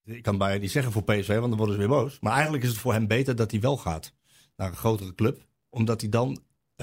Ik kan bijna niet zeggen voor PSV, want dan worden ze weer boos. Maar eigenlijk is het voor hem beter dat hij wel gaat naar een grotere club. Omdat hij dan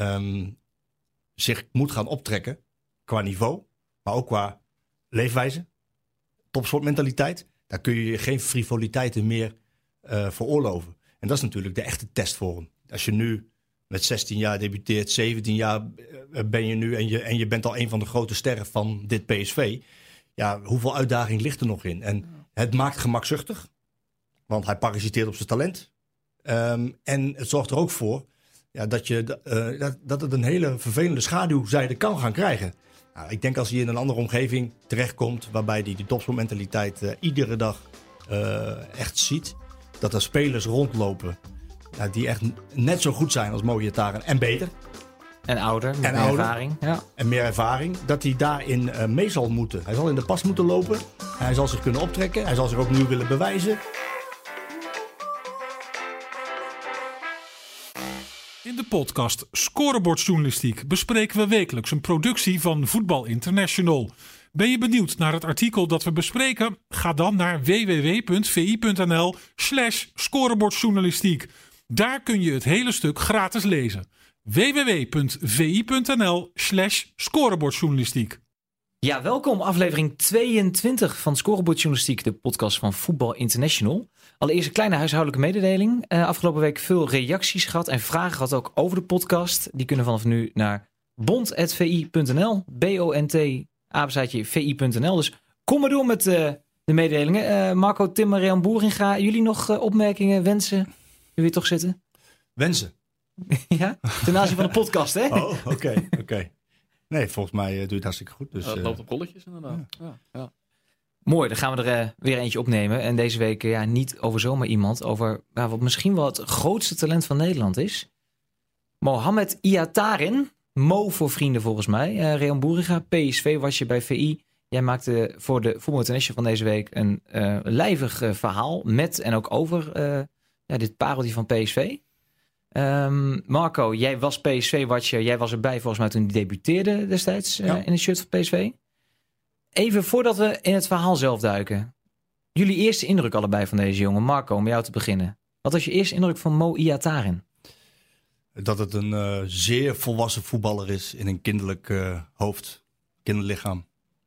zich moet gaan optrekken qua niveau, maar ook qua leefwijze. Topsportmentaliteit. Daar kun je geen frivoliteiten meer veroorloven. En dat is natuurlijk de echte test voor hem. Als je nu met 16 jaar debuteert, 17 jaar ben je nu en je bent al een van de grote sterren van dit PSV. Ja, hoeveel uitdaging ligt er nog in? En het maakt gemakzuchtig, want hij parasiteert op zijn talent. En het zorgt er ook voor dat het een hele vervelende schaduwzijde kan gaan krijgen. Nou, ik denk als hij in een andere omgeving terechtkomt, waarbij hij die topsportmentaliteit iedere dag echt ziet, dat er spelers rondlopen die echt net zo goed zijn als Mo Ihataren en beter. En ouder, met meer ervaring. Ja. En meer ervaring, dat hij daarin mee zal moeten. Hij zal in de pas moeten lopen. Hij zal zich kunnen optrekken. Hij zal zich ook nu willen bewijzen. In de podcast Scorebordjournalistiek bespreken we wekelijks een productie van Voetbal International. Ben je benieuwd naar het artikel dat we bespreken? Ga dan naar www.vi.nl/scorebordjournalistiek. Daar kun je het hele stuk gratis lezen. www.vi.nl/scorebordjournalistiek. Ja, welkom aflevering 22 van Scorebordjournalistiek, de podcast van Voetbal International. Allereerst een kleine huishoudelijke mededeling. Afgelopen week veel reacties gehad en vragen gehad ook over de podcast. Die kunnen vanaf nu naar bond@vi.nl, bont@vi.nl. Dus kom maar door met de mededelingen. Marco, Tim en Rean Boeringa, jullie nog opmerkingen, wensen? Jullie toch zitten? Wensen? Ja, ten aanzien van de podcast, hè? Oh, oké. Nee, volgens mij doe je het hartstikke goed. Dus, het loopt op rolletjes inderdaad. Ja. Mooi, dan gaan we er weer eentje opnemen. En deze week niet over zomaar iemand. Over wat misschien wel het grootste talent van Nederland is. Mohamed Ihataren. Mo voor vrienden volgens mij. Rean Boeringa, PSV was je bij VI. Jij maakte voor de Voetbal International van deze week een lijvig verhaal. Met en ook over dit pareltje van PSV. Marco, jij was PSV-watcher. Jij was erbij volgens mij toen hij debuteerde destijds in het shirt van PSV. Even voordat we in het verhaal zelf duiken. Jullie eerste indruk allebei van deze jongen. Marco, om jou te beginnen. Wat was je eerste indruk van Mo Ihataren? Dat het een zeer volwassen voetballer is in een kinderlijk hoofd. Kinderlichaam.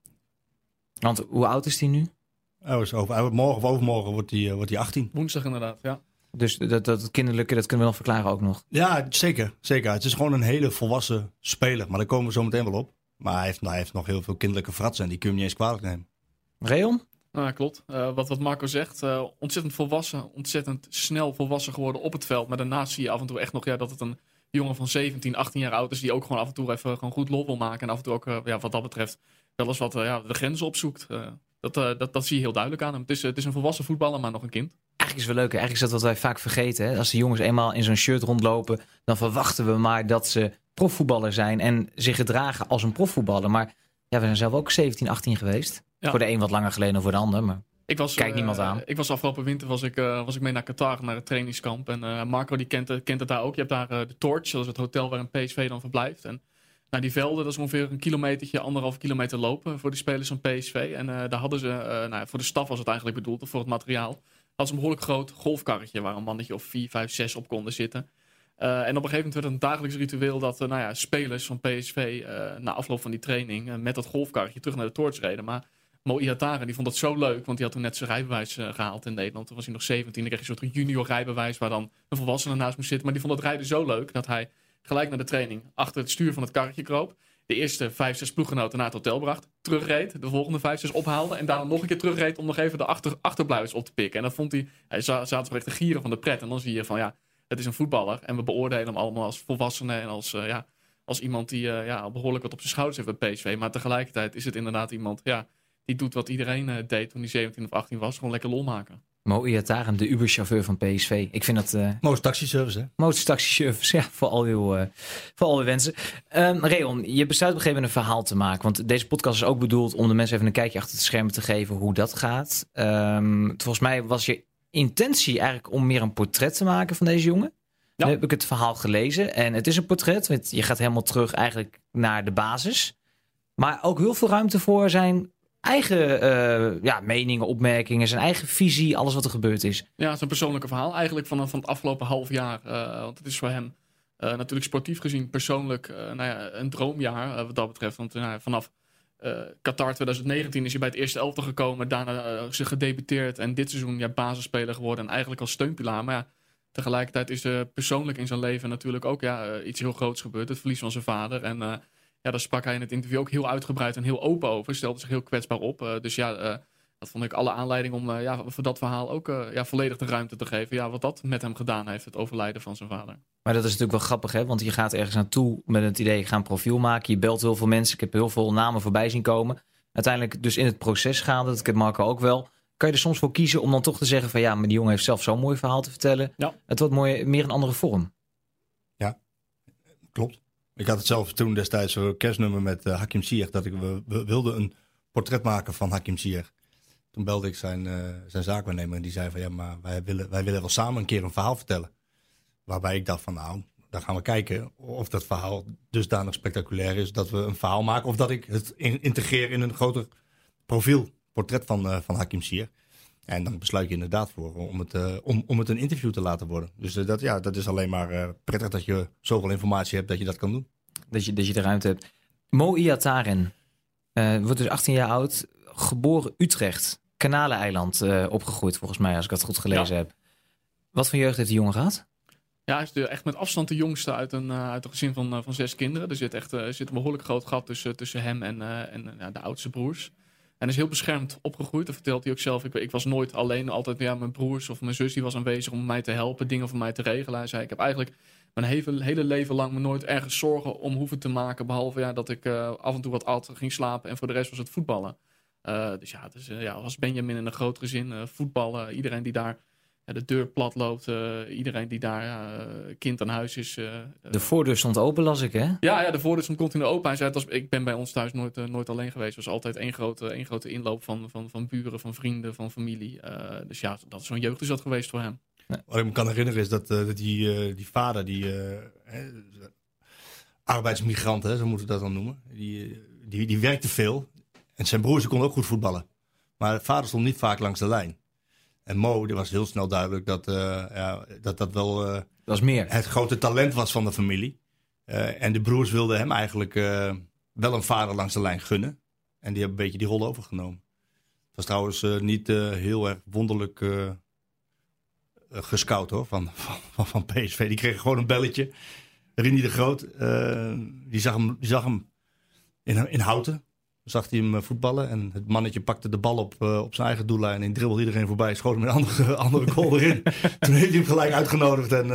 Want hoe oud is hij nu? Morgen of overmorgen wordt hij 18. Woensdag inderdaad, ja. Dus dat kinderlijke, dat kunnen we nog verklaren ook nog. Ja, zeker. Het is gewoon een hele volwassen speler. Maar daar komen we zo meteen wel op. Maar hij heeft nog heel veel kinderlijke fratsen en die kun je niet eens kwalijk nemen. Reon? Nou, klopt. Wat Marco zegt, ontzettend volwassen, ontzettend snel volwassen geworden op het veld. Maar daarnaast zie je af en toe echt nog dat het een jongen van 17, 18 jaar oud is die ook gewoon af en toe even gewoon goed lol wil maken. En af en toe ook wat dat betreft wel eens wat de grenzen opzoekt. Dat zie je heel duidelijk aan hem. Het is een volwassen voetballer, maar nog een kind. Eigenlijk is het wel leuk. Eigenlijk is dat wat wij vaak vergeten. Hè? Als de jongens eenmaal in zo'n shirt rondlopen, dan verwachten we maar dat ze profvoetballer zijn en zich gedragen als een profvoetballer. Maar ja, we zijn zelf ook 17, 18 geweest. Ja. Voor de een wat langer geleden dan voor de ander. Maar kijkt niemand aan. Ik was afgelopen winter was ik mee naar Qatar, naar het trainingskamp. En Marco die kent het daar ook. Je hebt daar de Torch, dat is het hotel waar een PSV dan verblijft. En die velden, dat is ongeveer een kilometertje, 1,5 kilometer lopen voor de spelers van PSV. En daar hadden ze, voor de staf was het eigenlijk bedoeld, of voor het materiaal, hadden ze een behoorlijk groot golfkarretje waar een mannetje of 4, 5, 6 op konden zitten. En op een gegeven moment werd het een dagelijks ritueel dat spelers van PSV na afloop van die training met dat golfkarretje terug naar de Torch reden. Maar Mo Ihataren die vond dat zo leuk, want die had toen net zijn rijbewijs gehaald in Nederland. Toen was hij nog 17, dan kreeg je een soort junior rijbewijs waar dan een volwassene naast moest zitten. Maar die vond het rijden zo leuk dat hij gelijk naar de training achter het stuur van het karretje kroop. De eerste 5, 6 ploeggenoten naar het hotel bracht, terugreed, de volgende 5, 6 ophaalde en daarna nog een keer terugreed om nog even de achterbuis op te pikken. En dat vond hij zaten zo echt te gieren van de pret. En dan zie je van het is een voetballer en we beoordelen hem allemaal als volwassene en als iemand die behoorlijk wat op zijn schouders heeft bij PSV. Maar tegelijkertijd is het inderdaad iemand die doet wat iedereen deed toen hij 17 of 18 was, gewoon lekker lol maken. Mo Ihataren, de Uber-chauffeur van PSV. Ik vind dat... Mo's taxiservice, hè? Mo's taxiservice, ja, voor al uw wensen. Reon, je besluit op een gegeven moment een verhaal te maken. Want deze podcast is ook bedoeld om de mensen even een kijkje achter het scherm te geven hoe dat gaat. Volgens mij was je intentie eigenlijk om meer een portret te maken van deze jongen. Ja. Nu heb ik het verhaal gelezen en het is een portret. Want je gaat helemaal terug eigenlijk naar de basis. Maar ook heel veel ruimte voor zijn eigen meningen, opmerkingen, zijn eigen visie, alles wat er gebeurd is. Ja, het is een persoonlijke verhaal eigenlijk van het afgelopen half jaar. Want het is voor hem natuurlijk sportief gezien persoonlijk een droomjaar wat dat betreft. Want vanaf Qatar 2019 is hij bij het eerste elftal gekomen. Daarna zich gedebuteerd en dit seizoen basisspeler geworden. En eigenlijk als steunpilaar. Maar tegelijkertijd is er persoonlijk in zijn leven natuurlijk ook iets heel groots gebeurd. Het verlies van zijn vader. En daar sprak hij in het interview ook heel uitgebreid en heel open over. Stelde zich heel kwetsbaar op. Dat vond ik alle aanleiding om voor dat verhaal ook volledig de ruimte te geven. Ja, wat dat met hem gedaan heeft, het overlijden van zijn vader. Maar dat is natuurlijk wel grappig, hè? Want je gaat ergens naartoe met het idee, ik ga een profiel maken. Je belt heel veel mensen. Ik heb heel veel namen voorbij zien komen. Uiteindelijk dus in het proces gaande, dat kent Marco ook wel. Kan je er soms voor kiezen om dan toch te zeggen van maar die jongen heeft zelf zo'n mooi verhaal te vertellen. Ja. Het wordt meer een andere vorm. Ja, klopt. Ik had het zelf toen destijds een kerstnummer met Hakim Ziyech, dat we wilden een portret maken van Hakim Ziyech. Toen belde ik zijn zaakwaarnemer en die zei van maar wij willen wel samen een keer een verhaal vertellen. Waarbij ik dacht van dan gaan we kijken of dat verhaal dusdanig spectaculair is dat we een verhaal maken. Of dat ik het integreer in een groter profielportret van Hakim Ziyech. En dan besluit je inderdaad voor om het een interview te laten worden. Dus dat is alleen maar prettig dat je zoveel informatie hebt dat je dat kan doen. Dat je de ruimte hebt. Mo Ihataren wordt dus 18 jaar oud, geboren Utrecht. Kanaleneiland opgegroeid volgens mij, als ik dat goed gelezen heb. Wat voor jeugd heeft die jongen gehad? Ja, hij is echt met afstand de jongste uit een gezin van 6 kinderen. Er zit een behoorlijk groot gat tussen hem en de oudste broers. En is heel beschermd opgegroeid. Dat vertelt hij ook zelf. Ik was nooit alleen. Altijd mijn broers of mijn zus die was aanwezig om mij te helpen. Dingen voor mij te regelen. Hij zei, ik heb eigenlijk mijn hele leven lang me nooit ergens zorgen om hoeven te maken. Behalve dat ik af en toe wat at, ging slapen. En voor de rest was het voetballen. Als Benjamin in een groot gezin voetballen. Iedereen die daar de deur plat loopt. Iedereen die daar kind aan huis is. De voordeur stond open, las ik, hè? Ja, de voordeur stond continu open. Hij zei, ik ben bij ons thuis nooit alleen geweest. Het was altijd één grote inloop van buren, van vrienden, van familie. Dat is zo'n jeugd is dat geweest voor hem. Ja. Wat ik me kan herinneren is dat die vader, arbeidsmigrant, zo moeten we dat dan noemen. Die werkte veel. En zijn broers konden ook goed voetballen. Maar de vader stond niet vaak langs de lijn. En Mo, er was heel snel duidelijk dat wel dat was meer. Het grote talent was van de familie. En de broers wilden hem eigenlijk wel een vader langs de lijn gunnen. En die hebben een beetje die rol overgenomen. Het was trouwens niet heel erg wonderlijk gescout hoor, van PSV. Die kreeg gewoon een belletje. Rini de Groot, die zag hem in Houten. Zag hij hem voetballen en het mannetje pakte de bal op zijn eigen doellijn en dribbelde iedereen voorbij, schoot hem een andere goal erin. Toen heeft hij hem gelijk uitgenodigd en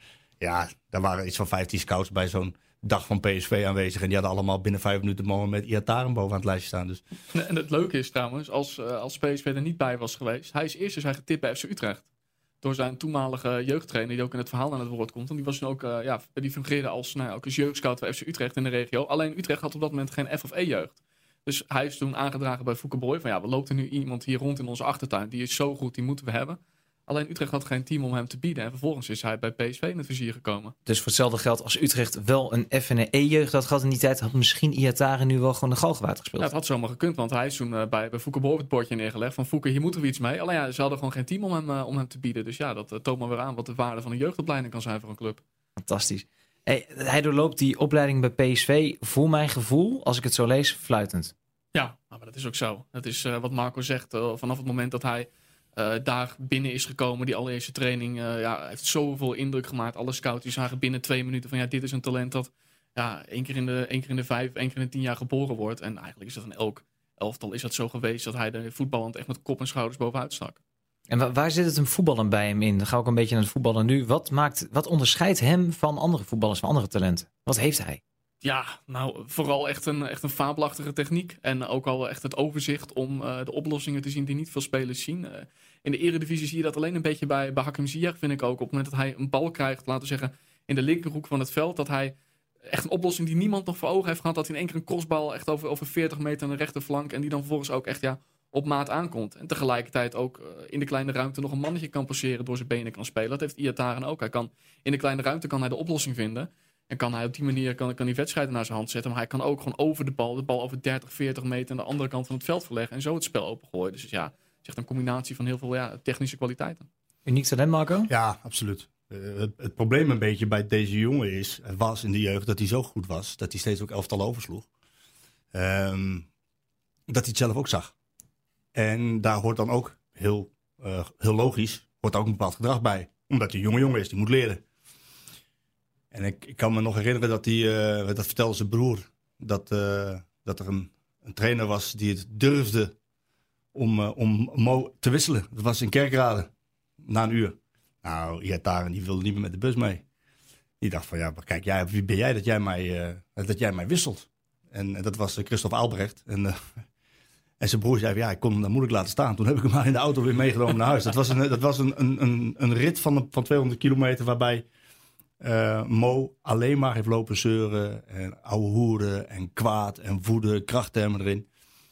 daar waren iets van 15 scouts bij zo'n dag van PSV aanwezig en die hadden allemaal binnen 5 minuten Mohamed Ihataren bovenaan het lijstje staan. Dus. En het leuke is trouwens, als PSV er niet bij was geweest, hij is eerst zijn getipt bij FC Utrecht. Door zijn toenmalige jeugdtrainer, die ook in het verhaal aan het woord komt. En die was dan ook, die fungeerde als jeugdscout bij FC Utrecht in de regio. Alleen Utrecht had op dat moment geen F of E-jeugd. Dus hij is toen aangedragen bij Fouke Boy. Van we lopen nu iemand hier rond in onze achtertuin. Die is zo goed, die moeten we hebben. Alleen Utrecht had geen team om hem te bieden. En vervolgens is hij bij PSV in het vizier gekomen. Dus voor hetzelfde geld als Utrecht wel een F en een E-jeugd had gehad in die tijd, had misschien Ihataren nu wel gewoon de Galgenwaard gespeeld. Ja, het had zomaar gekund, want hij is toen bij Fouke Boy het bordje neergelegd. Van Fouke, hier moeten we iets mee. Alleen ze hadden gewoon geen team om hem te bieden. Dus dat toont maar weer aan wat de waarde van een jeugdopleiding kan zijn voor een club. Fantastisch. Hij doorloopt die opleiding bij PSV, voor mijn gevoel, als ik het zo lees, fluitend. Ja, maar dat is ook zo. Dat is wat Marco zegt. Vanaf het moment dat hij daar binnen is gekomen, die allereerste training, heeft zoveel indruk gemaakt. Alle scouts die zagen binnen 2 minuten van dit is een talent dat één keer in de 5, 1 keer in de 10 jaar geboren wordt. En eigenlijk is dat in elk elftal is dat zo geweest dat hij de voetballend echt met kop en schouders bovenuit stak. En waar zit het een voetballen bij hem in? Dan ga ik een beetje naar het voetballen nu. Wat onderscheidt hem van andere voetballers, van andere talenten? Wat heeft hij? Ja, vooral echt een fabelachtige techniek. En ook al echt het overzicht om de oplossingen te zien die niet veel spelers zien. In de Eredivisie zie je dat alleen een beetje bij Hakim Ziyech, vind ik ook. Op het moment dat hij een bal krijgt, laten we zeggen, in de linkerhoek van het veld, dat hij echt een oplossing die niemand nog voor ogen heeft gehad, dat hij in één keer een crossbal echt over 40 meter aan de rechterflank en die dan vervolgens ook echt op maat aankomt. En tegelijkertijd ook in de kleine ruimte nog een mannetje kan passeren, door zijn benen kan spelen. Dat heeft Ihataren ook. Hij kan in de kleine ruimte de oplossing vinden. En kan hij op die manier kan die wedstrijden naar zijn hand zetten. Maar hij kan ook gewoon over de bal over 30, 40 meter aan de andere kant van het veld verleggen. En zo het spel opengooien. Dus ja, het is echt een combinatie van heel veel technische kwaliteiten. Uniek talent, Marco? Ja, absoluut. Het probleem een beetje bij deze jongen was in de jeugd dat hij zo goed was. Dat hij steeds ook elftallen oversloeg. Dat hij het zelf ook zag. En daar hoort dan ook heel logisch, hoort ook een bepaald gedrag bij. Omdat hij een jonge is, die moet leren. En ik kan me nog herinneren dat hij, dat vertelde zijn broer, dat er een trainer was die het durfde om Mo te wisselen. Dat was in Kerkrade, na een uur. Nou, Iataren die wilde niet meer met de bus mee. Die dacht van, ja, maar kijk, wie ben jij dat jij mij wisselt? En dat was Christophe Albrecht. En zijn broer zei, ja, ik kon hem dan moeilijk laten staan. Toen heb ik hem maar in de auto weer meegenomen naar huis. Dat was een rit van 200 kilometer waarbij Mo alleen maar heeft lopen zeuren en ouwe hoeren en kwaad en woede, krachttermen erin.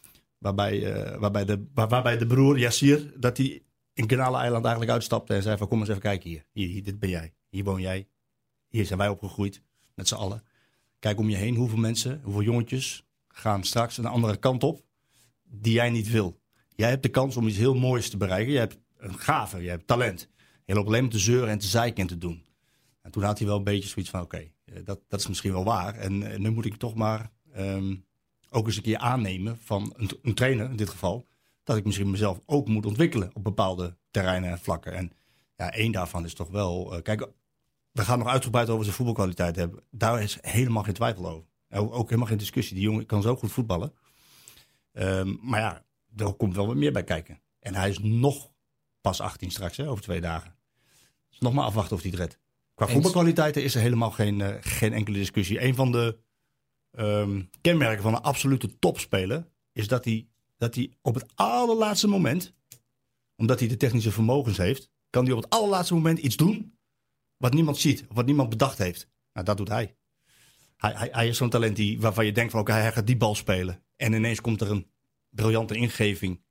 Waarbij de broer Yassir, dat hij in Kanaleneiland eigenlijk uitstapte en zei van, kom eens even kijken hier, dit ben jij, hier woon jij, hier zijn wij opgegroeid met z'n allen. Kijk om je heen, hoeveel jongetjes gaan straks een andere kant op die jij niet wil. Jij hebt de kans om iets heel moois te bereiken. Je hebt een gave, je hebt talent. Je loopt alleen maar te zeuren en te zeiken en te doen. En toen had hij wel een beetje zoiets van, oké, dat is misschien wel waar. En nu moet ik toch maar ook eens een keer aannemen van een trainer in dit geval, dat ik misschien mezelf ook moet ontwikkelen op bepaalde terreinen en vlakken. En ja, één daarvan is toch wel, kijk, we gaan nog uitgebreid over zijn voetbalkwaliteit hebben. Daar is helemaal geen twijfel over. Ook helemaal geen discussie. Die jongen kan zo goed voetballen. Maar ja, er komt wel wat meer bij kijken. En hij is nog pas 18 straks, over 2 dagen. Dus nog maar afwachten of hij het redt. Qua voetbalkwaliteiten is er helemaal geen enkele discussie. Een van de kenmerken van een absolute topspeler is dat hij op het allerlaatste moment, omdat hij de technische vermogens heeft, kan hij op het allerlaatste moment iets doen wat niemand ziet, of wat niemand bedacht heeft. Nou, dat doet hij. Hij is zo'n talent waarvan je denkt van oké, hij gaat die bal spelen. En ineens komt er een briljante ingeving.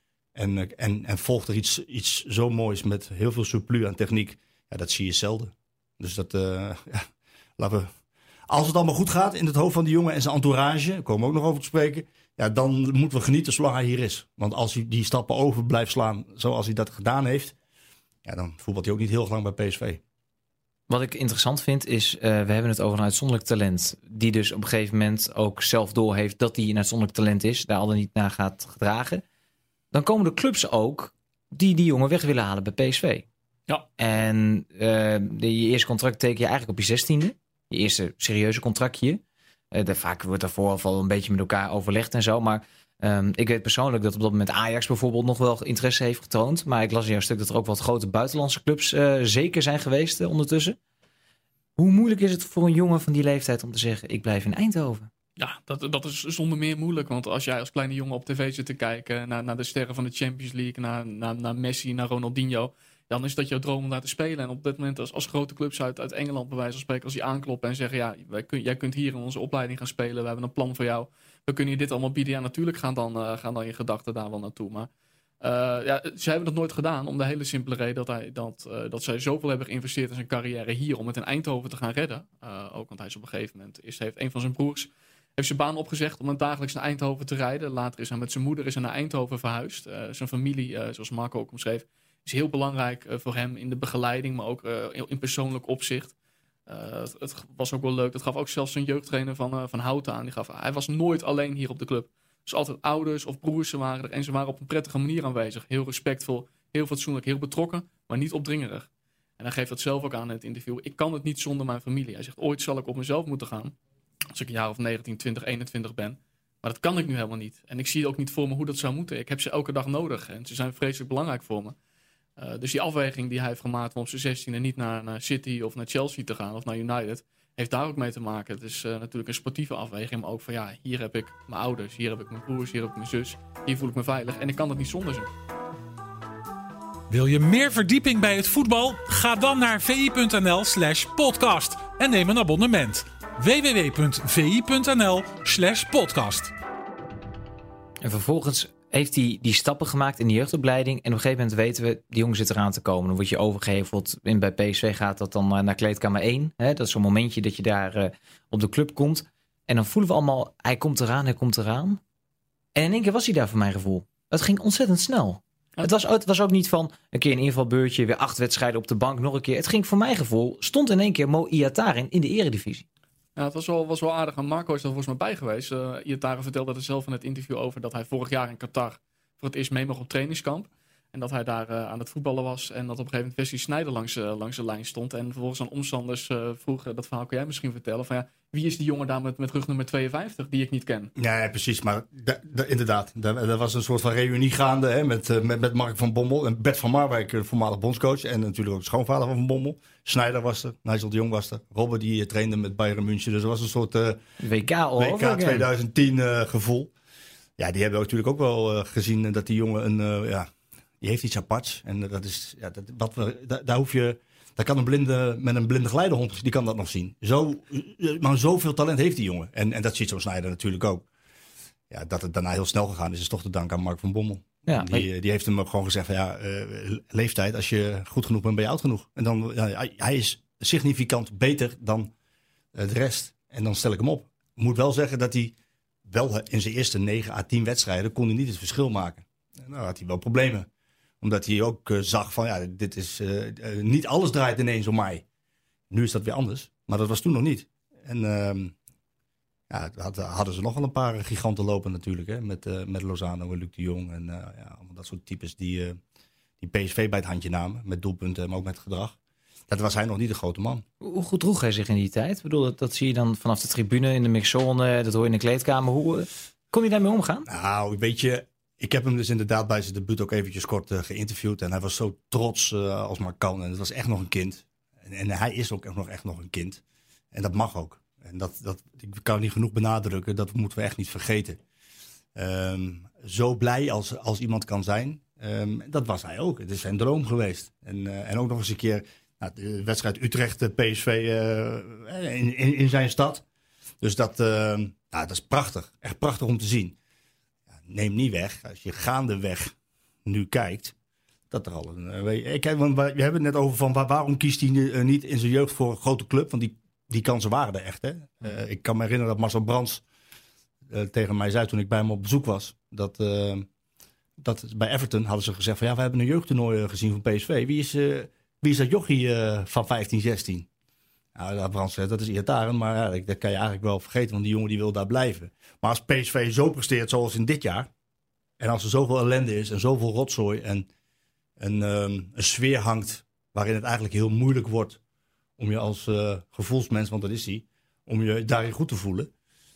En volgt er iets zo moois met heel veel surplus aan techniek. Ja, dat zie je zelden. Dus dat, laten we, als het allemaal goed gaat in het hoofd van die jongen en zijn entourage, daar komen we ook nog over te spreken. Ja, dan moeten we genieten zolang hij hier is. Want als hij die stappen over blijft slaan zoals hij dat gedaan heeft, ja, dan voetbalt hij ook niet heel lang bij PSV. Wat ik interessant vind is, we hebben het over een uitzonderlijk talent, die dus op een gegeven moment ook zelf doorheeft dat hij een uitzonderlijk talent is, daar al dan niet naar gaat gedragen. Dan komen de clubs ook die jongen weg willen halen bij PSV. Ja. En je eerste contract teken je eigenlijk op je 16e. Je eerste serieuze contractje. Vaak wordt daarvoor al een beetje met elkaar overlegd en zo. Maar ik weet persoonlijk dat op dat moment Ajax bijvoorbeeld nog wel interesse heeft getoond. Maar ik las in jouw stuk dat er ook wat grote buitenlandse clubs zeker zijn geweest ondertussen. Hoe moeilijk is het voor een jongen van die leeftijd om te zeggen, ik blijf in Eindhoven? Ja, dat is zonder meer moeilijk. Want als jij als kleine jongen op tv zit te kijken naar de sterren van de Champions League, naar Messi, naar Ronaldinho, dan is dat jouw droom om daar te spelen. En op dit moment als grote clubs uit Engeland bij wijze van spreken, als die aankloppen en zeggen, ja, jij kunt hier in onze opleiding gaan spelen, we hebben een plan voor jou, we kunnen je dit allemaal bieden. Ja, natuurlijk gaan dan je gedachten daar wel naartoe. Maar ze hebben dat nooit gedaan om de hele simpele reden dat zij zoveel hebben geïnvesteerd in zijn carrière hier om het in Eindhoven te gaan redden. Ook want hij is op een gegeven moment, heeft een van zijn broers heeft zijn baan opgezegd om dagelijks naar Eindhoven te rijden. Later is hij met zijn moeder naar Eindhoven verhuisd. Zijn familie, zoals Marco ook omschreef, is heel belangrijk voor hem in de begeleiding, maar ook in persoonlijk opzicht. Het was ook wel leuk. Dat gaf ook zelfs zijn jeugdtrainer van Houten aan. Hij was nooit alleen hier op de club. Dus altijd ouders of broers waren er en ze waren op een prettige manier aanwezig. Heel respectvol, heel fatsoenlijk, heel betrokken, maar niet opdringerig. En hij geeft dat zelf ook aan in het interview. Ik kan het niet zonder mijn familie. Hij zegt, ooit zal ik op mezelf moeten gaan. Als ik een jaar of 19, 20, 21 ben. Maar dat kan ik nu helemaal niet. En ik zie ook niet voor me hoe dat zou moeten. Ik heb ze elke dag nodig. En ze zijn vreselijk belangrijk voor me. Dus die afweging die hij heeft gemaakt om op zijn 16e niet naar City of naar Chelsea te gaan of naar United, heeft daar ook mee te maken. Het is natuurlijk een sportieve afweging. Maar ook van ja, hier heb ik mijn ouders, hier heb ik mijn broers, hier heb ik mijn zus. Hier voel ik me veilig en ik kan het niet zonder ze. Wil je meer verdieping bij het voetbal? Ga dan naar vi.nl/podcast en neem een abonnement. www.vi.nl/podcast. En vervolgens heeft hij die stappen gemaakt in de jeugdopleiding. En op een gegeven moment weten we, die jongen zit eraan te komen. Dan word je overgeheveld. Bij PSV gaat dat dan naar kleedkamer 1. Hè? Dat is zo'n momentje dat je daar op de club komt. En dan voelen we allemaal, hij komt eraan. En in één keer was hij daar voor mijn gevoel. Het ging ontzettend snel. Ja. Het was ook niet van een keer een invalbeurtje, weer 8 wedstrijden op de bank, nog een keer. Het ging voor mijn gevoel, stond in één keer Mo Ihataren in de eredivisie. Ja, het was wel aardig. En Marco is er volgens mij bij geweest. Ihataren vertelde er zelf in het interview over dat hij vorig jaar in Qatar voor het eerst mee mocht op trainingskamp. En dat hij daar aan het voetballen was. En dat op een gegeven moment Wesley Sneijder langs de lijn stond. En vervolgens aan omstanders vroeg, dat verhaal kan jij misschien vertellen. Van ja, wie is die jongen daar met rug nummer 52 die ik niet ken? Ja, precies. Maar inderdaad, er was een soort van reunie gaande hè, met Mark van Bommel. En Bert van Marwijk, voormalig bondscoach. En natuurlijk ook de schoonvader van Bommel. Sneijder was er, Nigel de Jong was er. Robben die trainde met Bayern München. Dus er was een soort WK 2010 gevoel. Ja, die hebben natuurlijk ook wel gezien dat die jongen die heeft iets aparts. En dat is, daar hoef je, daar kan met een blinde geleidehond, die kan dat nog zien. Maar zoveel talent heeft die jongen. En dat ziet zo'n Sneijder natuurlijk ook. Ja, dat het daarna heel snel gegaan is toch te danken aan Mark van Bommel. Ja, die heeft hem ook gewoon gezegd van leeftijd, als je goed genoeg bent, ben je oud genoeg. En dan, hij is significant beter dan de rest. En dan stel ik hem op. Ik moet wel zeggen dat hij wel in zijn eerste 9 à 10 wedstrijden kon hij niet het verschil maken. Nou had hij wel problemen. Omdat hij ook zag van dit is niet alles draait ineens om mij. Nu is dat weer anders. Maar dat was toen nog niet. En hadden ze nog wel een paar giganten lopen natuurlijk. Hè? Met Lozano en Luc de Jong. En allemaal dat soort types die PSV bij het handje namen. Met doelpunten, maar ook met gedrag. Dat was hij nog niet de grote man. Hoe goed droeg hij zich in die tijd? Ik bedoel, dat zie je dan vanaf de tribune in de mixzone. Dat hoor je in de kleedkamer. Hoe kon hij daarmee omgaan? Nou, weet je, ik heb hem dus inderdaad bij zijn debuut ook eventjes kort geïnterviewd. En hij was zo trots als maar kan. En het was echt nog een kind. En hij is ook echt nog een kind. En dat mag ook. En ik kan niet genoeg benadrukken. Dat moeten we echt niet vergeten. Zo blij als iemand kan zijn. Dat was hij ook. Het is zijn droom geweest. En ook nog eens een keer de wedstrijd Utrecht-PSV in zijn stad. Dus dat is prachtig. Echt prachtig om te zien. Neem niet weg, als je gaandeweg nu kijkt, dat er al want we hebben het net over van waarom kiest hij niet in zijn jeugd voor een grote club? Want die kansen waren er echt. Hè? Ik kan me herinneren dat Marcel Brands tegen mij zei toen ik bij hem op bezoek was. Dat bij Everton hadden ze gezegd van we hebben een jeugdtoernooi gezien van PSV. Wie is dat jochie van 15, 16? Nou, Brands zegt dat is Ihataren, maar dat kan je eigenlijk wel vergeten, want die jongen die wil daar blijven. Maar als PSV zo presteert zoals in dit jaar, en als er zoveel ellende is en zoveel rotzooi en een sfeer hangt waarin het eigenlijk heel moeilijk wordt om je als gevoelsmens, want dat is hij, om je daarin goed te voelen,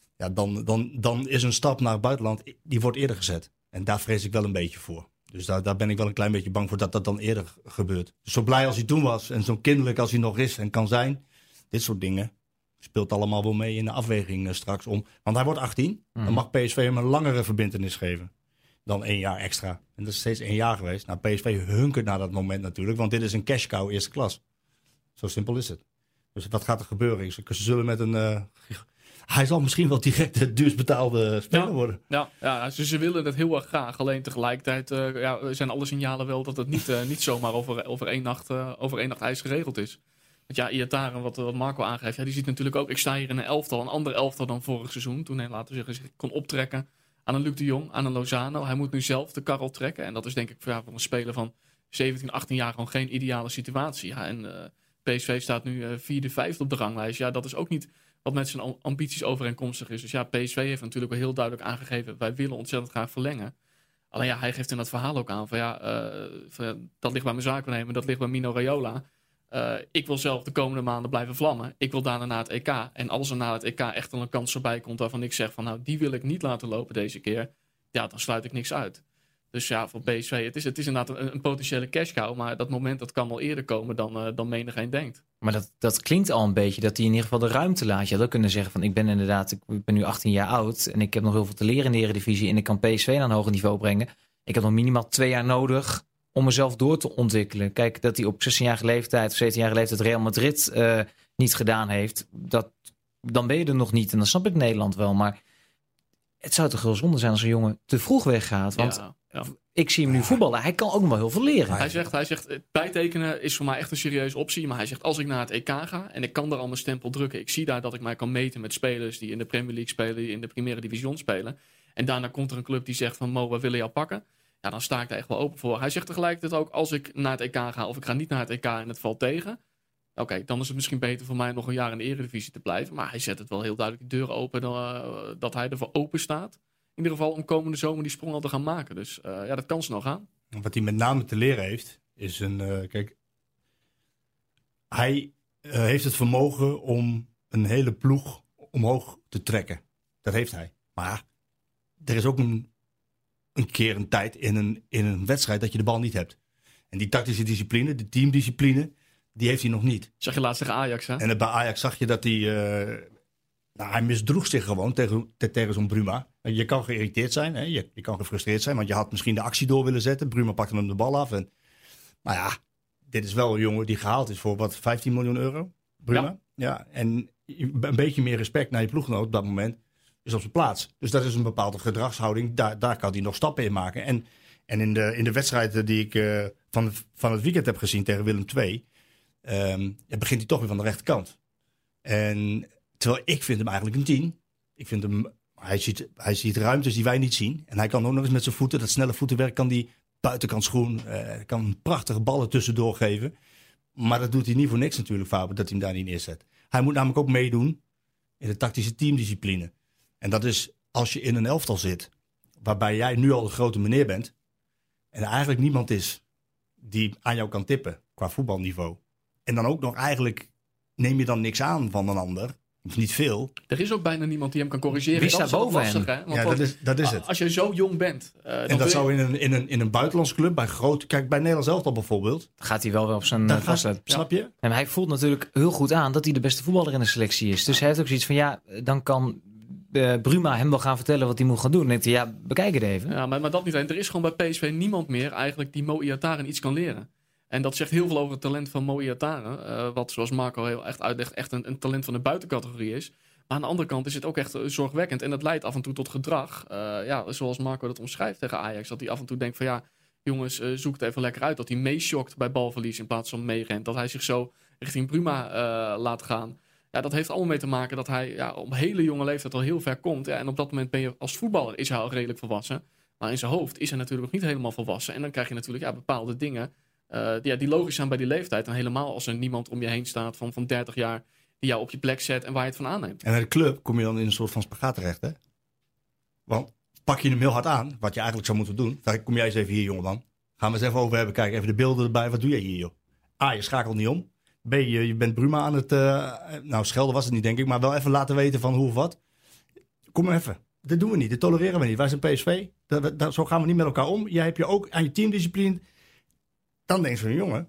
dan is een stap naar het buitenland, die wordt eerder gezet. En daar vrees ik wel een beetje voor. Dus daar ben ik wel een klein beetje bang voor dat dan eerder gebeurt. Dus zo blij als hij toen was en zo kinderlijk als hij nog is en kan zijn, dit soort dingen speelt allemaal wel mee in de afweging straks om. Want hij wordt 18. Dan mag PSV hem een langere verbintenis geven dan 1 jaar extra. En dat is steeds 1 jaar geweest. Nou, PSV hunkert naar dat moment natuurlijk. Want dit is een cash cow eerste klas. Zo simpel is het. Dus wat gaat er gebeuren? Ze zullen met een... hij zal misschien wel direct het duurst betaalde speler worden. Ja, ze willen het heel erg graag. Alleen tegelijkertijd zijn alle signalen wel dat het niet zomaar over één nacht ijs geregeld is. Want Ihataren, wat Marco aangeeft, die ziet natuurlijk ook, ik sta hier in een ander elftal dan vorig seizoen. Toen hij, laten we zeggen, zich kon optrekken aan een Luc de Jong, aan een Lozano. Hij moet nu zelf de karrel trekken. En dat is denk ik voor een speler van 17, 18 jaar gewoon geen ideale situatie. Ja, en PSV staat nu 4e, 5e op de ranglijst. Ja, dat is ook niet wat met zijn ambities overeenkomstig is. Dus ja, PSV heeft natuurlijk wel heel duidelijk aangegeven, wij willen ontzettend graag verlengen. Alleen hij geeft in dat verhaal ook aan van dat ligt bij mijn zaakwaarnemer, dat ligt bij Mino Raiola. Ik wil zelf de komende maanden blijven vlammen. Ik wil daarna naar het EK. En als er na het EK echt een kans erbij komt waarvan ik zeg van die wil ik niet laten lopen deze keer. Ja, dan sluit ik niks uit. Dus ja, voor PSV, het is inderdaad een potentiële cash cow. Maar dat moment dat kan al eerder komen dan menigeen denkt. Maar dat klinkt al een beetje dat hij in ieder geval de ruimte laat. Je had ook kunnen zeggen van ik ben nu 18 jaar oud. En ik heb nog heel veel te leren in de Eredivisie. En ik kan PSV naar een hoger niveau brengen. Ik heb nog minimaal 2 jaar nodig om mezelf door te ontwikkelen. Kijk, dat hij op 16-jarige leeftijd of 17-jarige leeftijd Real Madrid niet gedaan heeft. Dan ben je er nog niet. En dan snap ik Nederland wel. Maar het zou toch heel zonde zijn als een jongen te vroeg weggaat. Want ik zie hem nu voetballen. Hij kan ook nog wel heel veel leren. Hij zegt, bijtekenen is voor mij echt een serieuze optie. Maar hij zegt, als ik naar het EK ga en ik kan daar al mijn stempel drukken. Ik zie daar dat ik mij kan meten met spelers die in de Premier League spelen, die in de Primera Division spelen. En daarna komt er een club die zegt van, Mo, we willen jou pakken. Ja, dan sta ik daar echt wel open voor. Hij zegt tegelijkertijd ook, als ik naar het EK ga of ik ga niet naar het EK en het valt tegen. Oké, dan is het misschien beter voor mij nog een jaar in de Eredivisie te blijven. Maar hij zet het wel heel duidelijk de deur open dat hij ervoor open staat. In ieder geval om komende zomer die sprong al te gaan maken. Dus dat kan snel gaan. Wat hij met name te leren heeft, is hij heeft het vermogen om een hele ploeg omhoog te trekken. Dat heeft hij. Maar er is ook een keer een tijd in een wedstrijd dat je de bal niet hebt. En die tactische discipline, de teamdiscipline, die heeft hij nog niet. Zag je laatst tegen Ajax, hè? En bij Ajax zag je dat hij misdroeg zich gewoon tegen zo'n Bruma. Je kan geïrriteerd zijn, hè? Je kan gefrustreerd zijn, want je had misschien de actie door willen zetten. Bruma pakte hem de bal af. Maar ja, dit is wel een jongen die gehaald is voor 15 miljoen euro. Bruma. Ja. En een beetje meer respect naar je ploeggenoot op dat moment is op zijn plaats. Dus dat is een bepaalde gedragshouding. Daar kan hij nog stappen in maken. En in de wedstrijden die ik van het weekend heb gezien tegen Willem II, begint hij toch weer van de rechterkant. En terwijl ik vind hem eigenlijk een 10. Ik vind hem, hij ziet ruimtes die wij niet zien. En hij kan ook nog eens met zijn voeten, dat snelle voetenwerk, kan die buitenkant schoen, kan prachtige ballen tussendoor geven. Maar dat doet hij niet voor niks natuurlijk, Faber, dat hij hem daar niet neerzet. Hij moet namelijk ook meedoen in de tactische teamdiscipline. En dat is als je in een elftal zit, waarbij jij nu al de grote meneer bent, en er eigenlijk niemand is die aan jou kan tippen qua voetbalniveau. En dan ook nog eigenlijk neem je dan niks aan van een ander. Of niet veel. Er is ook bijna niemand die hem kan corrigeren. Wie staat boven hem? Dat is het. Als je zo jong bent. En dat zou in een buitenlandse club, kijk bij Nederlands elftal bijvoorbeeld. Gaat hij wel op zijn vast. Snap je? En hij voelt natuurlijk heel goed aan dat hij de beste voetballer in de selectie is. Dus hij heeft ook zoiets van, dan kan Bruma hem wel gaan vertellen wat hij moet gaan doen. Dan denkt hij, bekijk het even. Ja, maar dat niet. En er is gewoon bij PSV niemand meer eigenlijk die Mo Iataren iets kan leren. En dat zegt heel veel over het talent van Mo Iataren. Wat, zoals Marco heel echt uitlegt, echt een talent van de buitencategorie is. Maar aan de andere kant is het ook echt zorgwekkend. En dat leidt af en toe tot gedrag. Zoals Marco dat omschrijft tegen Ajax. Dat hij af en toe denkt van jongens, zoek het even lekker uit. Dat hij meeschokt bij balverlies in plaats van meerent. Dat hij zich zo richting Bruma laat gaan. Ja, dat heeft allemaal mee te maken dat hij op hele jonge leeftijd al heel ver komt. Ja, en op dat moment ben je als voetballer is hij al redelijk volwassen. Maar in zijn hoofd is hij natuurlijk nog niet helemaal volwassen. En dan krijg je natuurlijk bepaalde dingen die logisch zijn bij die leeftijd. En helemaal als er niemand om je heen staat van 30 jaar die jou op je plek zet en waar je het van aanneemt. En bij de club kom je dan in een soort van spagaat terecht, hè? Want pak je hem heel hard aan, wat je eigenlijk zou moeten doen. Dan kom jij eens even hier, jongeman. Gaan we eens even over hebben. Kijk, even de beelden erbij. Wat doe jij hier, joh? Je schakelt niet om. B, je bent Bruma aan het... schelden was het niet, denk ik. Maar wel even laten weten van hoe of wat. Kom maar even. Dit doen we niet. Dit tolereren we niet. Wij zijn PSV. Zo gaan we niet met elkaar om. Jij hebt je ook aan je teamdiscipline. Dan denk je van, jongen.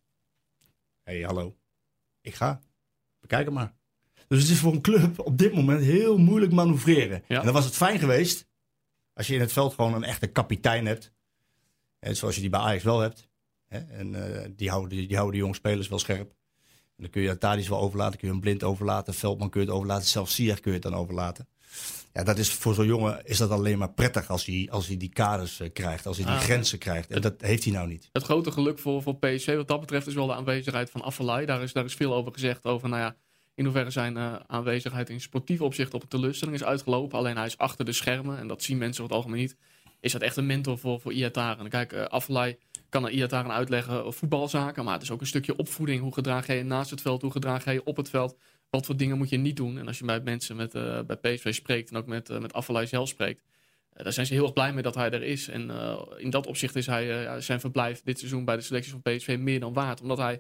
Hallo. Ik ga. Bekijk het maar. Dus het is voor een club op dit moment heel moeilijk manoeuvreren. Ja. En dan was het fijn geweest als je in het veld gewoon een echte kapitein hebt. Zoals je die bij Ajax wel hebt. En die houden de jonge spelers wel scherp. En dan kun je Tadic wel overlaten, kun je hem Blind overlaten. Veldman kun je het overlaten, zelfs Ziyech kun je het dan overlaten. Ja, dat is voor zo'n jongen is dat alleen maar prettig als hij die kaders krijgt, als hij die grenzen krijgt. En dat heeft hij nou niet. Het grote geluk voor PSV wat dat betreft is wel de aanwezigheid van Afellay. Daar is veel over gezegd over, in hoeverre zijn aanwezigheid in sportief opzicht op een teleurstelling is uitgelopen. Alleen hij is achter de schermen en dat zien mensen over het algemeen niet. Is dat echt een mentor voor Iataren. Kijk, Afellay kan aan Iataren uitleggen voetbalzaken, maar het is ook een stukje opvoeding. Hoe gedraag jij je naast het veld, hoe gedraag jij je op het veld? Wat voor dingen moet je niet doen? En als je bij mensen bij PSV spreekt en ook met Afellay zelf spreekt, daar zijn ze heel erg blij mee dat hij er is. En in dat opzicht is hij zijn verblijf dit seizoen bij de selectie van PSV meer dan waard. Omdat hij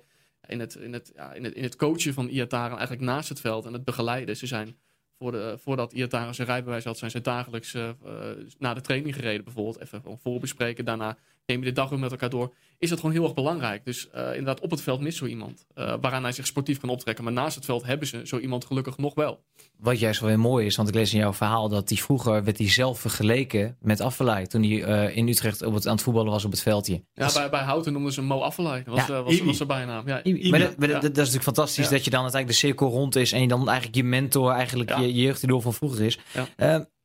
in het coachen van Iataren eigenlijk naast het veld en het begeleiden. Ze zijn voordat Iataren zijn rijbewijs had, zijn ze dagelijks na de training gereden bijvoorbeeld. Even voorbespreken, daarna neem je de dag weer met elkaar door. Is dat gewoon heel erg belangrijk. Dus inderdaad, op het veld mist zo iemand. Waaraan hij zich sportief kan optrekken. Maar naast het veld hebben ze zo iemand gelukkig nog wel. Wat juist wel weer mooi is, want ik lees in jouw verhaal dat hij vroeger werd hij zelf vergeleken met Afellay. Toen hij in Utrecht aan het voetballen was op het veldje. Ja, bij Houten noemden ze hem Mo Afellay. Dat was zijn bijnaam. Ja, dat is natuurlijk fantastisch dat je dan uiteindelijk de cirkel rond is en je dan eigenlijk je mentor, je jeugdidool van vroeger is. Ja.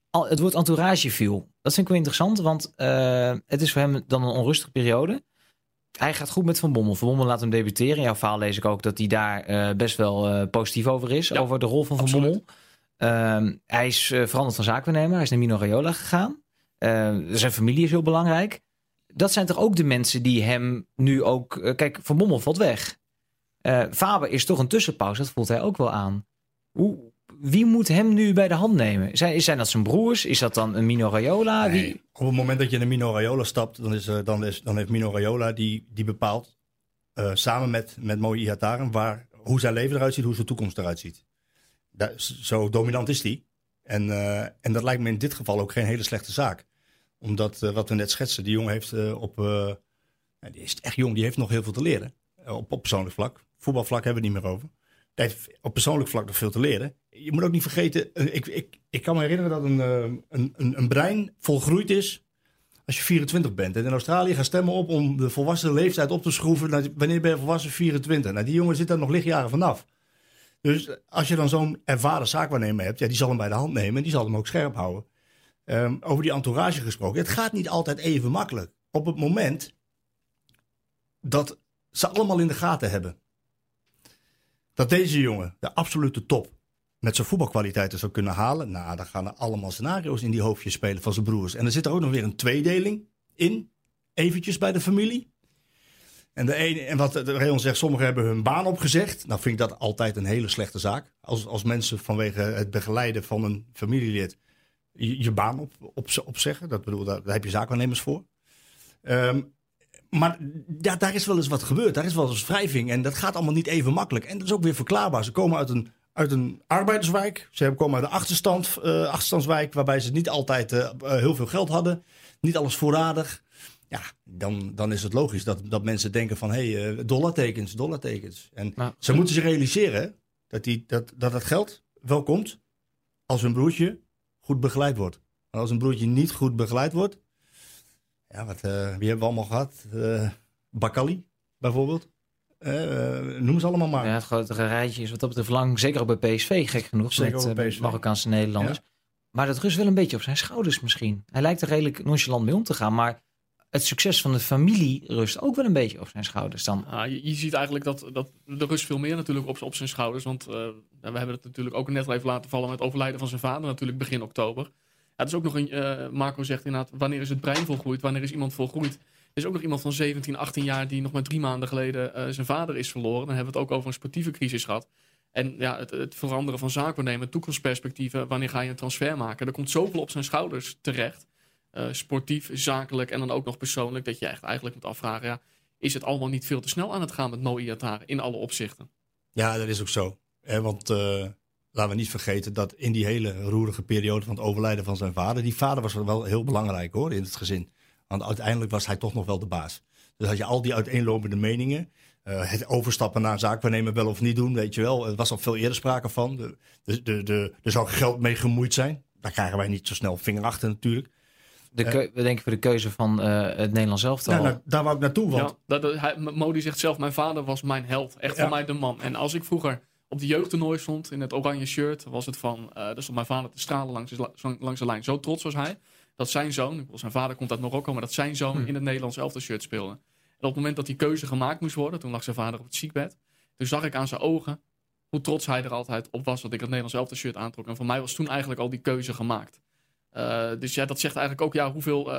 het woord entourage viel. Dat vind ik wel interessant, want het is voor hem dan een onrustige periode. Hij gaat goed met Van Bommel. Van Bommel laat hem debuteren. In jouw verhaal lees ik ook dat hij daar best wel positief over is. Ja, over de rol van absoluut. Bommel. Hij is veranderd van zaakwaarnemer. Hij is naar Mino Raiola gegaan. Zijn familie is heel belangrijk. Dat zijn toch ook de mensen die hem nu ook... kijk, Van Bommel valt weg. Faber is toch een tussenpauze. Dat voelt hij ook wel aan. Wie moet hem nu bij de hand nemen? Zijn dat zijn broers? Is dat dan een Mino Raiola? Nee, op het moment dat je naar Mino Raiola stapt, dan heeft Mino Raiola die bepaalt samen met Mo Ihataren hoe zijn leven eruit ziet, hoe zijn toekomst eruit ziet. Zo dominant is die. En dat lijkt me in dit geval ook geen hele slechte zaak. Omdat, wat we net schetsen, die jongen heeft die is echt jong, die heeft nog heel veel te leren. Op persoonlijk vlak. Voetbalvlak hebben we het niet meer over. Hij heeft op persoonlijk vlak nog veel te leren. Je moet ook niet vergeten, ik kan me herinneren dat een brein volgroeid is als je 24 bent. En in Australië gaan stemmen op om de volwassen leeftijd op te schroeven. Wanneer ben je volwassen? 24. Nou, die jongen zit daar nog lichtjaren vanaf. Dus als je dan zo'n ervaren zaakwaarnemer hebt, die zal hem bij de hand nemen en die zal hem ook scherp houden. Over die entourage gesproken. Het gaat niet altijd even makkelijk. Op het moment dat ze allemaal in de gaten hebben dat deze jongen de absolute top met zijn voetbalkwaliteiten zou kunnen halen. Nou, dan gaan er allemaal scenario's in die hoofdjes spelen van zijn broers. En er zit er ook nog weer een tweedeling in. Eventjes bij de familie. En wat Rayon zegt, sommigen hebben hun baan opgezegd. Nou vind ik dat altijd een hele slechte zaak. Als mensen vanwege het begeleiden van een familielid je baan opzeggen. Daar heb je zaakwaarnemers voor. Maar ja, daar is wel eens wat gebeurd. Daar is wel eens wrijving. En dat gaat allemaal niet even makkelijk. En dat is ook weer verklaarbaar. Ze komen uit een arbeiderswijk. Ze komen uit een achterstandswijk. Waarbij ze niet altijd heel veel geld hadden. Niet alles voorradig. Ja, dan is het logisch dat mensen denken van dollartekens. En ze moeten zich realiseren dat het geld wel komt als hun broertje goed begeleid wordt. En als een broertje niet goed begeleid wordt. Ja, wie hebben we allemaal gehad? Bakali bijvoorbeeld. Noem ze allemaal maar. Ja, het grote rijtje is wat dat betreft lang. Zeker ook bij PSV, gek genoeg. Zeker met PSV. Marokkaanse Nederlanders. Ja. Maar dat rust wel een beetje op zijn schouders misschien. Hij lijkt er redelijk nonchalant mee om te gaan. Maar het succes van de familie rust ook wel een beetje op zijn schouders dan. Je ziet eigenlijk dat de rust veel meer natuurlijk op zijn schouders. Want we hebben het natuurlijk ook net even laten vallen met het overlijden van zijn vader. Natuurlijk begin oktober. Ja, dat is ook nog een, Marco zegt inderdaad, wanneer is het brein volgroeid? Wanneer is iemand volgroeid? Er is ook nog iemand van 17, 18 jaar die nog maar 3 maanden geleden zijn vader is verloren. Dan hebben we het ook over een sportieve crisis gehad. En ja, het veranderen van zaakwaarnemen, toekomstperspectieven, wanneer ga je een transfer maken? Er komt zoveel op zijn schouders terecht. Sportief, zakelijk en dan ook nog persoonlijk. Dat je echt eigenlijk moet afvragen, is het allemaal niet veel te snel aan het gaan met Mo Ihataren in alle opzichten? Ja, dat is ook zo. Want laten we niet vergeten dat in die hele roerige periode van het overlijden van zijn vader, die vader was wel heel belangrijk hoor in het gezin. Want uiteindelijk was hij toch nog wel de baas. Dus had je al die uiteenlopende meningen, het overstappen naar een zaakwaarnemer wel of niet doen, weet je wel. Er was al veel eerder sprake van. Er zou geld mee gemoeid zijn. Daar krijgen wij niet zo snel vinger achter natuurlijk. We denken voor de keuze van het Nederlands elftal. Nou, daar wou ik naartoe. Want Modi zegt zelf, mijn vader was mijn held. Echt voor mij de man. En als ik vroeger op de jeugdtoernooi stond in het oranje shirt, was het van, daar stond mijn vader te stralen langs de lijn. Zo trots was hij dat zijn zoon, zijn vader komt uit Marokko, maar dat zijn zoon in het Nederlands elftal shirt speelde. En op het moment dat die keuze gemaakt moest worden, toen lag zijn vader op het ziekbed, toen zag ik aan zijn ogen hoe trots hij er altijd op was dat ik het Nederlands elftal shirt aantrok. En voor mij was toen eigenlijk al die keuze gemaakt. Dus ja, dat zegt eigenlijk ook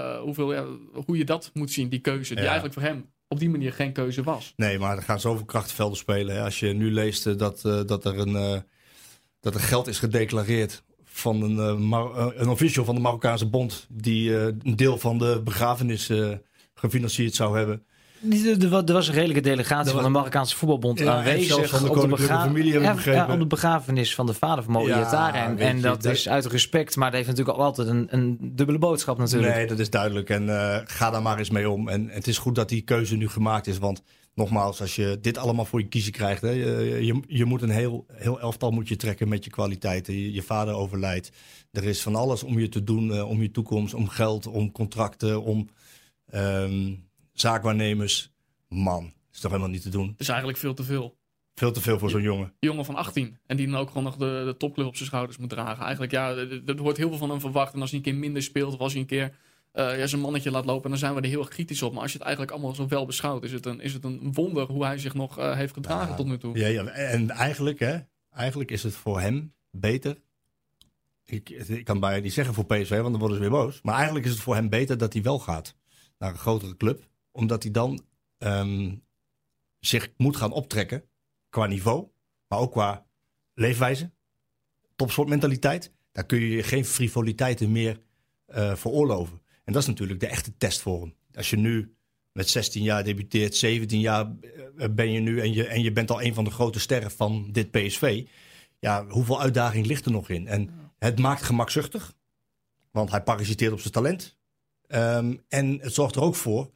hoe je dat moet zien, die keuze. Die eigenlijk voor hem op die manier geen keuze was. Nee, maar er gaan zoveel krachtenvelden spelen. Hè. Als je nu leest dat er geld is gedeclareerd van een official van de Marokkaanse Bond die een deel van de begrafenis gefinancierd zou hebben. Er was een redelijke delegatie van de Marokkaanse voetbalbond aanwezig van de koninklijke familie hebben begrepen. Op de begrafenis van de vader van Mo Ihataren. En dat is uit respect, maar dat heeft natuurlijk ook altijd een dubbele boodschap natuurlijk. Nee, dat is duidelijk. En ga daar maar eens mee om. En het is goed dat die keuze nu gemaakt is, want nogmaals, als je dit allemaal voor je kiezen krijgt, hè, je moet een heel elftal moet je trekken met je kwaliteiten. Je vader overlijdt. Er is van alles om je te doen, om je toekomst, om geld, om contracten, om zaakwaarnemers. Man, is toch helemaal niet te doen. Het is eigenlijk veel te veel. Veel te veel voor zo'n jongen. Jongen van 18. En die dan ook gewoon nog de topclub op zijn schouders moet dragen. Eigenlijk, er wordt heel veel van hem verwacht. En als hij een keer minder speelt, of als hij een keer zijn mannetje laat lopen, dan zijn we er heel erg kritisch op. Maar als je het eigenlijk allemaal zo wel beschouwt, is het een wonder hoe hij zich nog heeft gedragen tot nu toe. Ja, en eigenlijk is het voor hem beter. Ik kan bijna niet zeggen voor PSV, want dan worden ze weer boos. Maar eigenlijk is het voor hem beter dat hij wel gaat naar een grotere club. Omdat hij dan zich moet gaan optrekken qua niveau, maar ook qua leefwijze, topsportmentaliteit. Daar kun je geen frivoliteiten meer veroorloven. En dat is natuurlijk de echte test voor hem. Als je nu met 16 jaar debuteert, 17 jaar ben je nu en je bent al een van de grote sterren van dit PSV. Ja, hoeveel uitdaging ligt er nog in? En het maakt gemakzuchtig, want hij parasiteert op zijn talent. En het zorgt er ook voor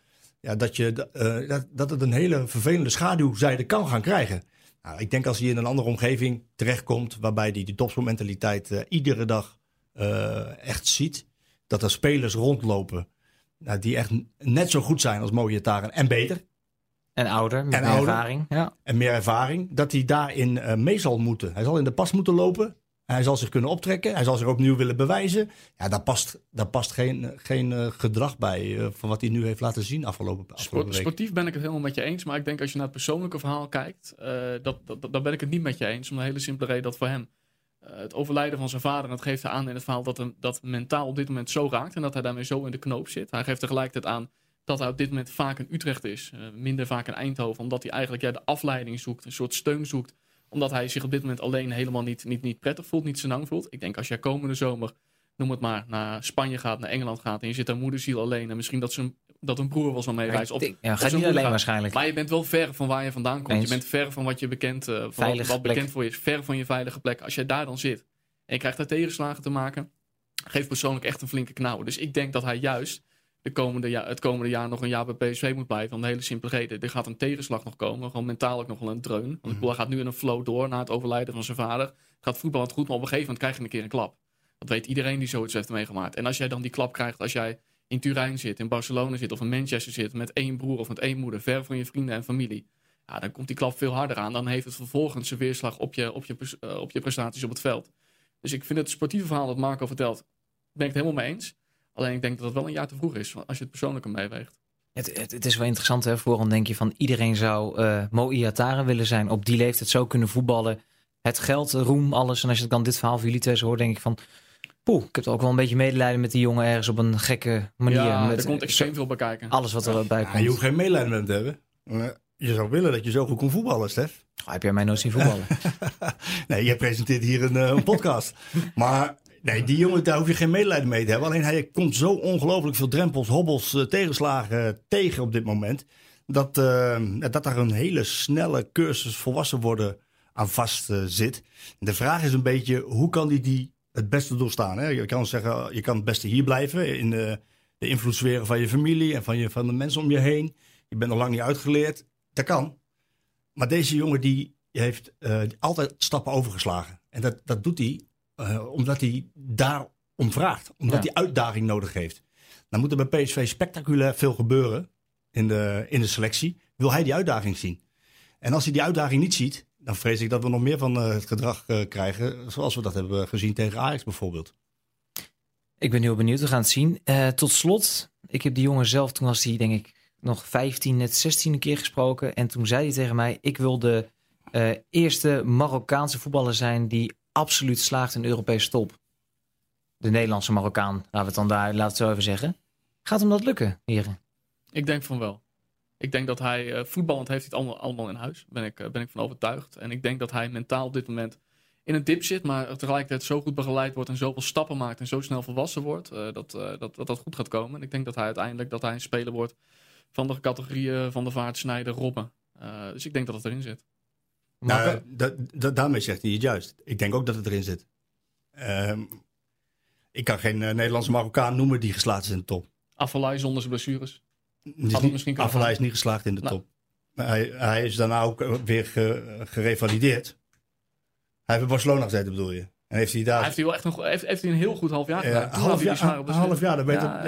dat het een hele vervelende schaduwzijde kan gaan krijgen. Nou, ik denk als hij in een andere omgeving terechtkomt, waarbij hij die topsportmentaliteit iedere dag echt ziet, dat er spelers rondlopen die echt net zo goed zijn als Mo Ihataren en beter. En ouder, met meer ervaring. Ja. En meer ervaring, dat hij daarin mee zal moeten. Hij zal in de pas moeten lopen. Hij zal zich kunnen optrekken. Hij zal zich opnieuw willen bewijzen. Ja, daar past geen gedrag bij van wat hij nu heeft laten zien afgelopen week. Sportief ben ik het helemaal met je eens. Maar ik denk als je naar het persoonlijke verhaal kijkt, daar ben ik het niet met je eens. Om de hele simpele reden dat voor hem het overlijden van zijn vader, dat geeft hij aan in het verhaal dat mentaal op dit moment zo raakt. En dat hij daarmee zo in de knoop zit. Hij geeft tegelijkertijd aan dat hij op dit moment vaak in Utrecht is. Minder vaak in Eindhoven. Omdat hij eigenlijk de afleiding zoekt. Een soort steun zoekt. Omdat hij zich op dit moment alleen helemaal niet prettig voelt. Niet senang voelt. Ik denk als jij komende zomer, noem het maar, naar Spanje gaat, naar Engeland gaat. En je zit daar moederziel alleen. En misschien dat een broer wel zo mee reist. Gaat niet alleen waarschijnlijk. Maar je bent wel ver van waar je vandaan komt. Eens. Je bent ver van wat je bekend voor je is. Ver van je veilige plek. Als jij daar dan zit en je krijgt daar tegenslagen te maken, geeft persoonlijk echt een flinke knauw. Dus ik denk dat hij juist het komende jaar nog een jaar bij PSV moet blijven. Om de hele simpele reden. Er gaat een tegenslag nog komen. Gewoon mentaal ook nog wel een dreun. Want hij gaat nu in een flow door na het overlijden van zijn vader. Gaat voetballend goed, maar op een gegeven moment krijg je een keer een klap. Dat weet iedereen die zoiets heeft meegemaakt. En als jij dan die klap krijgt, als jij in Turijn zit, in Barcelona zit of in Manchester zit, met één broer of met één moeder, ver van je vrienden en familie. Ja, dan komt die klap veel harder aan. Dan heeft het vervolgens een weerslag op je prestaties op het veld. Dus ik vind het sportieve verhaal dat Marco vertelt, ben ik het helemaal mee eens. Alleen ik denk dat het wel een jaar te vroeg is, als je het persoonlijke meeweegt. Het is wel interessant, hè? Vooral denk je van iedereen zou Mo Ihataren willen zijn. Op die leeftijd zo kunnen voetballen. Het geld, roem, alles. En als je dan dit verhaal van jullie twee zo hoort, denk ik van, ik heb ook wel een beetje medelijden met die jongen ergens op een gekke manier. Ja, er komt extreem veel bij kijken. Alles wat erbij komt. Je hoeft geen medelijden met hem te hebben. Je zou willen dat je zo goed kon voetballen, Stef. Heb jij mij nooit zien voetballen? Nee, je presenteert hier een podcast. Maar nee, die jongen, daar hoef je geen medelijden mee te hebben. Alleen hij komt zo ongelooflijk veel drempels, hobbels, tegenslagen tegen op dit moment. Dat daar een hele snelle cursus volwassen worden aan vast zit. De vraag is een beetje, hoe kan die het beste doorstaan? Hè? Je kan zeggen, je kan het beste hier blijven. In de invloedssferen van je familie en van de mensen om je heen. Je bent nog lang niet uitgeleerd. Dat kan. Maar deze jongen die heeft altijd stappen overgeslagen. En dat doet hij omdat hij daarom vraagt. Omdat hij uitdaging nodig heeft. Dan moet er bij PSV spectaculair veel gebeuren in de selectie. Wil hij die uitdaging zien? En als hij die uitdaging niet ziet, dan vrees ik dat we nog meer van het gedrag krijgen. Zoals we dat hebben gezien tegen Ajax bijvoorbeeld. Ik ben heel benieuwd. We gaan het zien. Tot slot, ik heb die jongen zelf, toen was hij denk ik nog 15, net 16 keer gesproken. En toen zei hij tegen mij, ik wil de eerste Marokkaanse voetballer zijn die absoluut slaagt in de Europese top. De Nederlandse Marokkaan, laten we het dan daar, laat het zo even zeggen. Gaat hem dat lukken, heren? Ik denk van wel. Ik denk dat hij, voetballend heeft hij het allemaal in huis. Ben ik van overtuigd. En ik denk dat hij mentaal op dit moment in een dip zit, maar tegelijkertijd zo goed begeleid wordt en zoveel stappen maakt en zo snel volwassen wordt, dat goed gaat komen. En ik denk dat hij uiteindelijk een speler wordt van de categorieën Van der Vaart, Sneijder, Robben. Dus ik denk dat het erin zit. Nou, daarmee zegt hij het juist. Ik denk ook dat het erin zit. Ik kan geen Nederlandse Marokkaan noemen die geslaagd is in de top. Afellay zonder zijn blessures. Afellay is niet geslaagd in de top. Hij is daarna ook weer gerevalideerd. Hij heeft in Barcelona gezeten, bedoel je? En heeft hij daar... Heeft hij wel echt heeft hij een heel goed half jaar gedaan. Een half jaar, dat weet ik. Ja.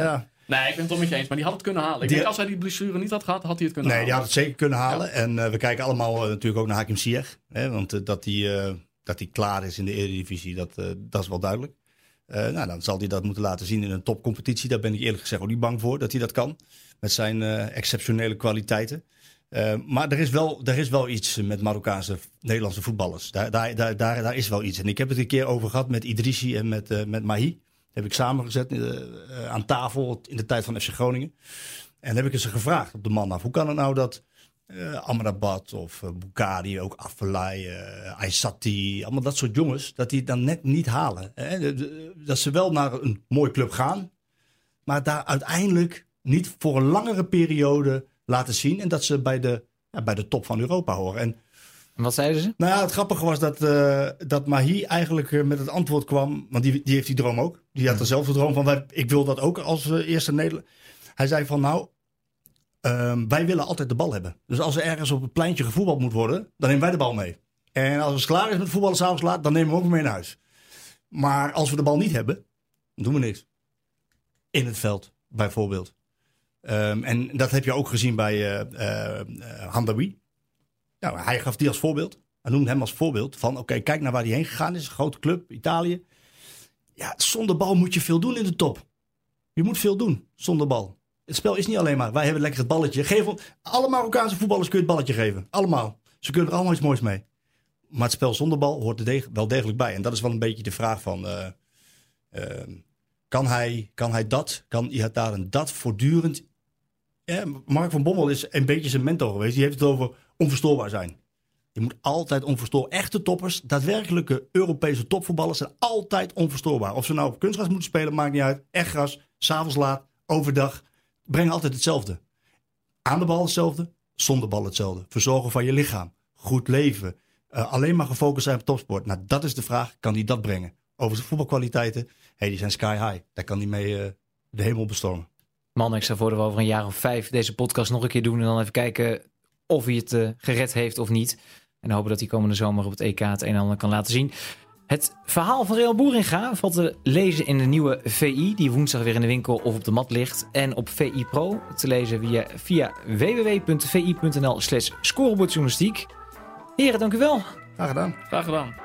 Nee, ik ben het toch met je eens. Maar die had het kunnen halen. Ik denk, als hij die blessure niet had gehad, had hij het kunnen halen. Nee, die had het zeker kunnen halen. Ja. En we kijken allemaal natuurlijk ook naar Hakim Ziyech. Want dat hij klaar is in de Eredivisie, dat is wel duidelijk. Dan zal hij dat moeten laten zien in een topcompetitie. Daar ben ik eerlijk gezegd ook niet bang voor dat hij dat kan. Met zijn exceptionele kwaliteiten. Maar er is wel iets met Marokkaanse Nederlandse voetballers. Daar is wel iets. En ik heb het een keer over gehad met Idrissi en met Mahi. Heb ik samengezet aan tafel in de tijd van FC Groningen. En heb ik ze gevraagd op de man af. Hoe kan het nou dat Amrabat of Boukari, ook Afellay, Aissati, allemaal dat soort jongens, dat die het dan net niet halen. Dat ze wel naar een mooie club gaan, maar daar uiteindelijk niet voor een langere periode laten zien. En dat ze bij de top van Europa horen. En wat zeiden ze? Nou ja, het grappige was dat Mahi eigenlijk met het antwoord kwam. Want die heeft die droom ook. Die had dezelfde droom van, ik wil dat ook als eerste Nederland. Hij zei van, wij willen altijd de bal hebben. Dus als er ergens op het pleintje gevoetbald moet worden, dan nemen wij de bal mee. En als het klaar is met voetballen s'avonds laat, dan nemen we ook mee naar huis. Maar als we de bal niet hebben, dan doen we niks. In het veld, bijvoorbeeld. En dat heb je ook gezien bij Hamdawi. Nou, hij gaf die als voorbeeld. Hij noemde hem als voorbeeld van, oké, kijk naar waar hij heen gegaan is. Een grote club, Italië. Ja, zonder bal moet je veel doen in de top. Je moet veel doen zonder bal. Het spel is niet alleen maar, wij hebben lekker het balletje. Alle Marokkaanse voetballers kun je het balletje geven. Allemaal. Ze kunnen er allemaal iets moois mee. Maar het spel zonder bal hoort er wel degelijk bij. En dat is wel een beetje de vraag van, kan hij dat? Kan Ihataren dat voortdurend? Mark van Bommel is een beetje zijn mentor geweest. Die heeft het over onverstoorbaar zijn. Je moet altijd onverstoorbaar. Echte toppers, daadwerkelijke Europese topvoetballers zijn altijd onverstoorbaar. Of ze nou op kunstgras moeten spelen, maakt niet uit. Echt gras, 's avonds laat, overdag. Brengen altijd hetzelfde. Aan de bal hetzelfde, zonder bal hetzelfde. Verzorgen van je lichaam. Goed leven. Alleen maar gefocust zijn op topsport. Nou, dat is de vraag. Kan hij dat brengen? Over zijn voetbalkwaliteiten. Die zijn sky high. Daar kan hij mee de hemel bestormen. Man, ik stel voor dat we over een jaar of 5 deze podcast nog een keer doen. En dan even kijken of hij het gered heeft of niet. En hopen dat hij komende zomer op het EK het een en ander kan laten zien. Het verhaal van Real Boeringa valt te lezen in de nieuwe VI. Die woensdag weer in de winkel of op de mat ligt. En op VI Pro te lezen via www.vi.nl/scorebordjournalistiek. Heren, dank u wel. Graag gedaan. Graag gedaan.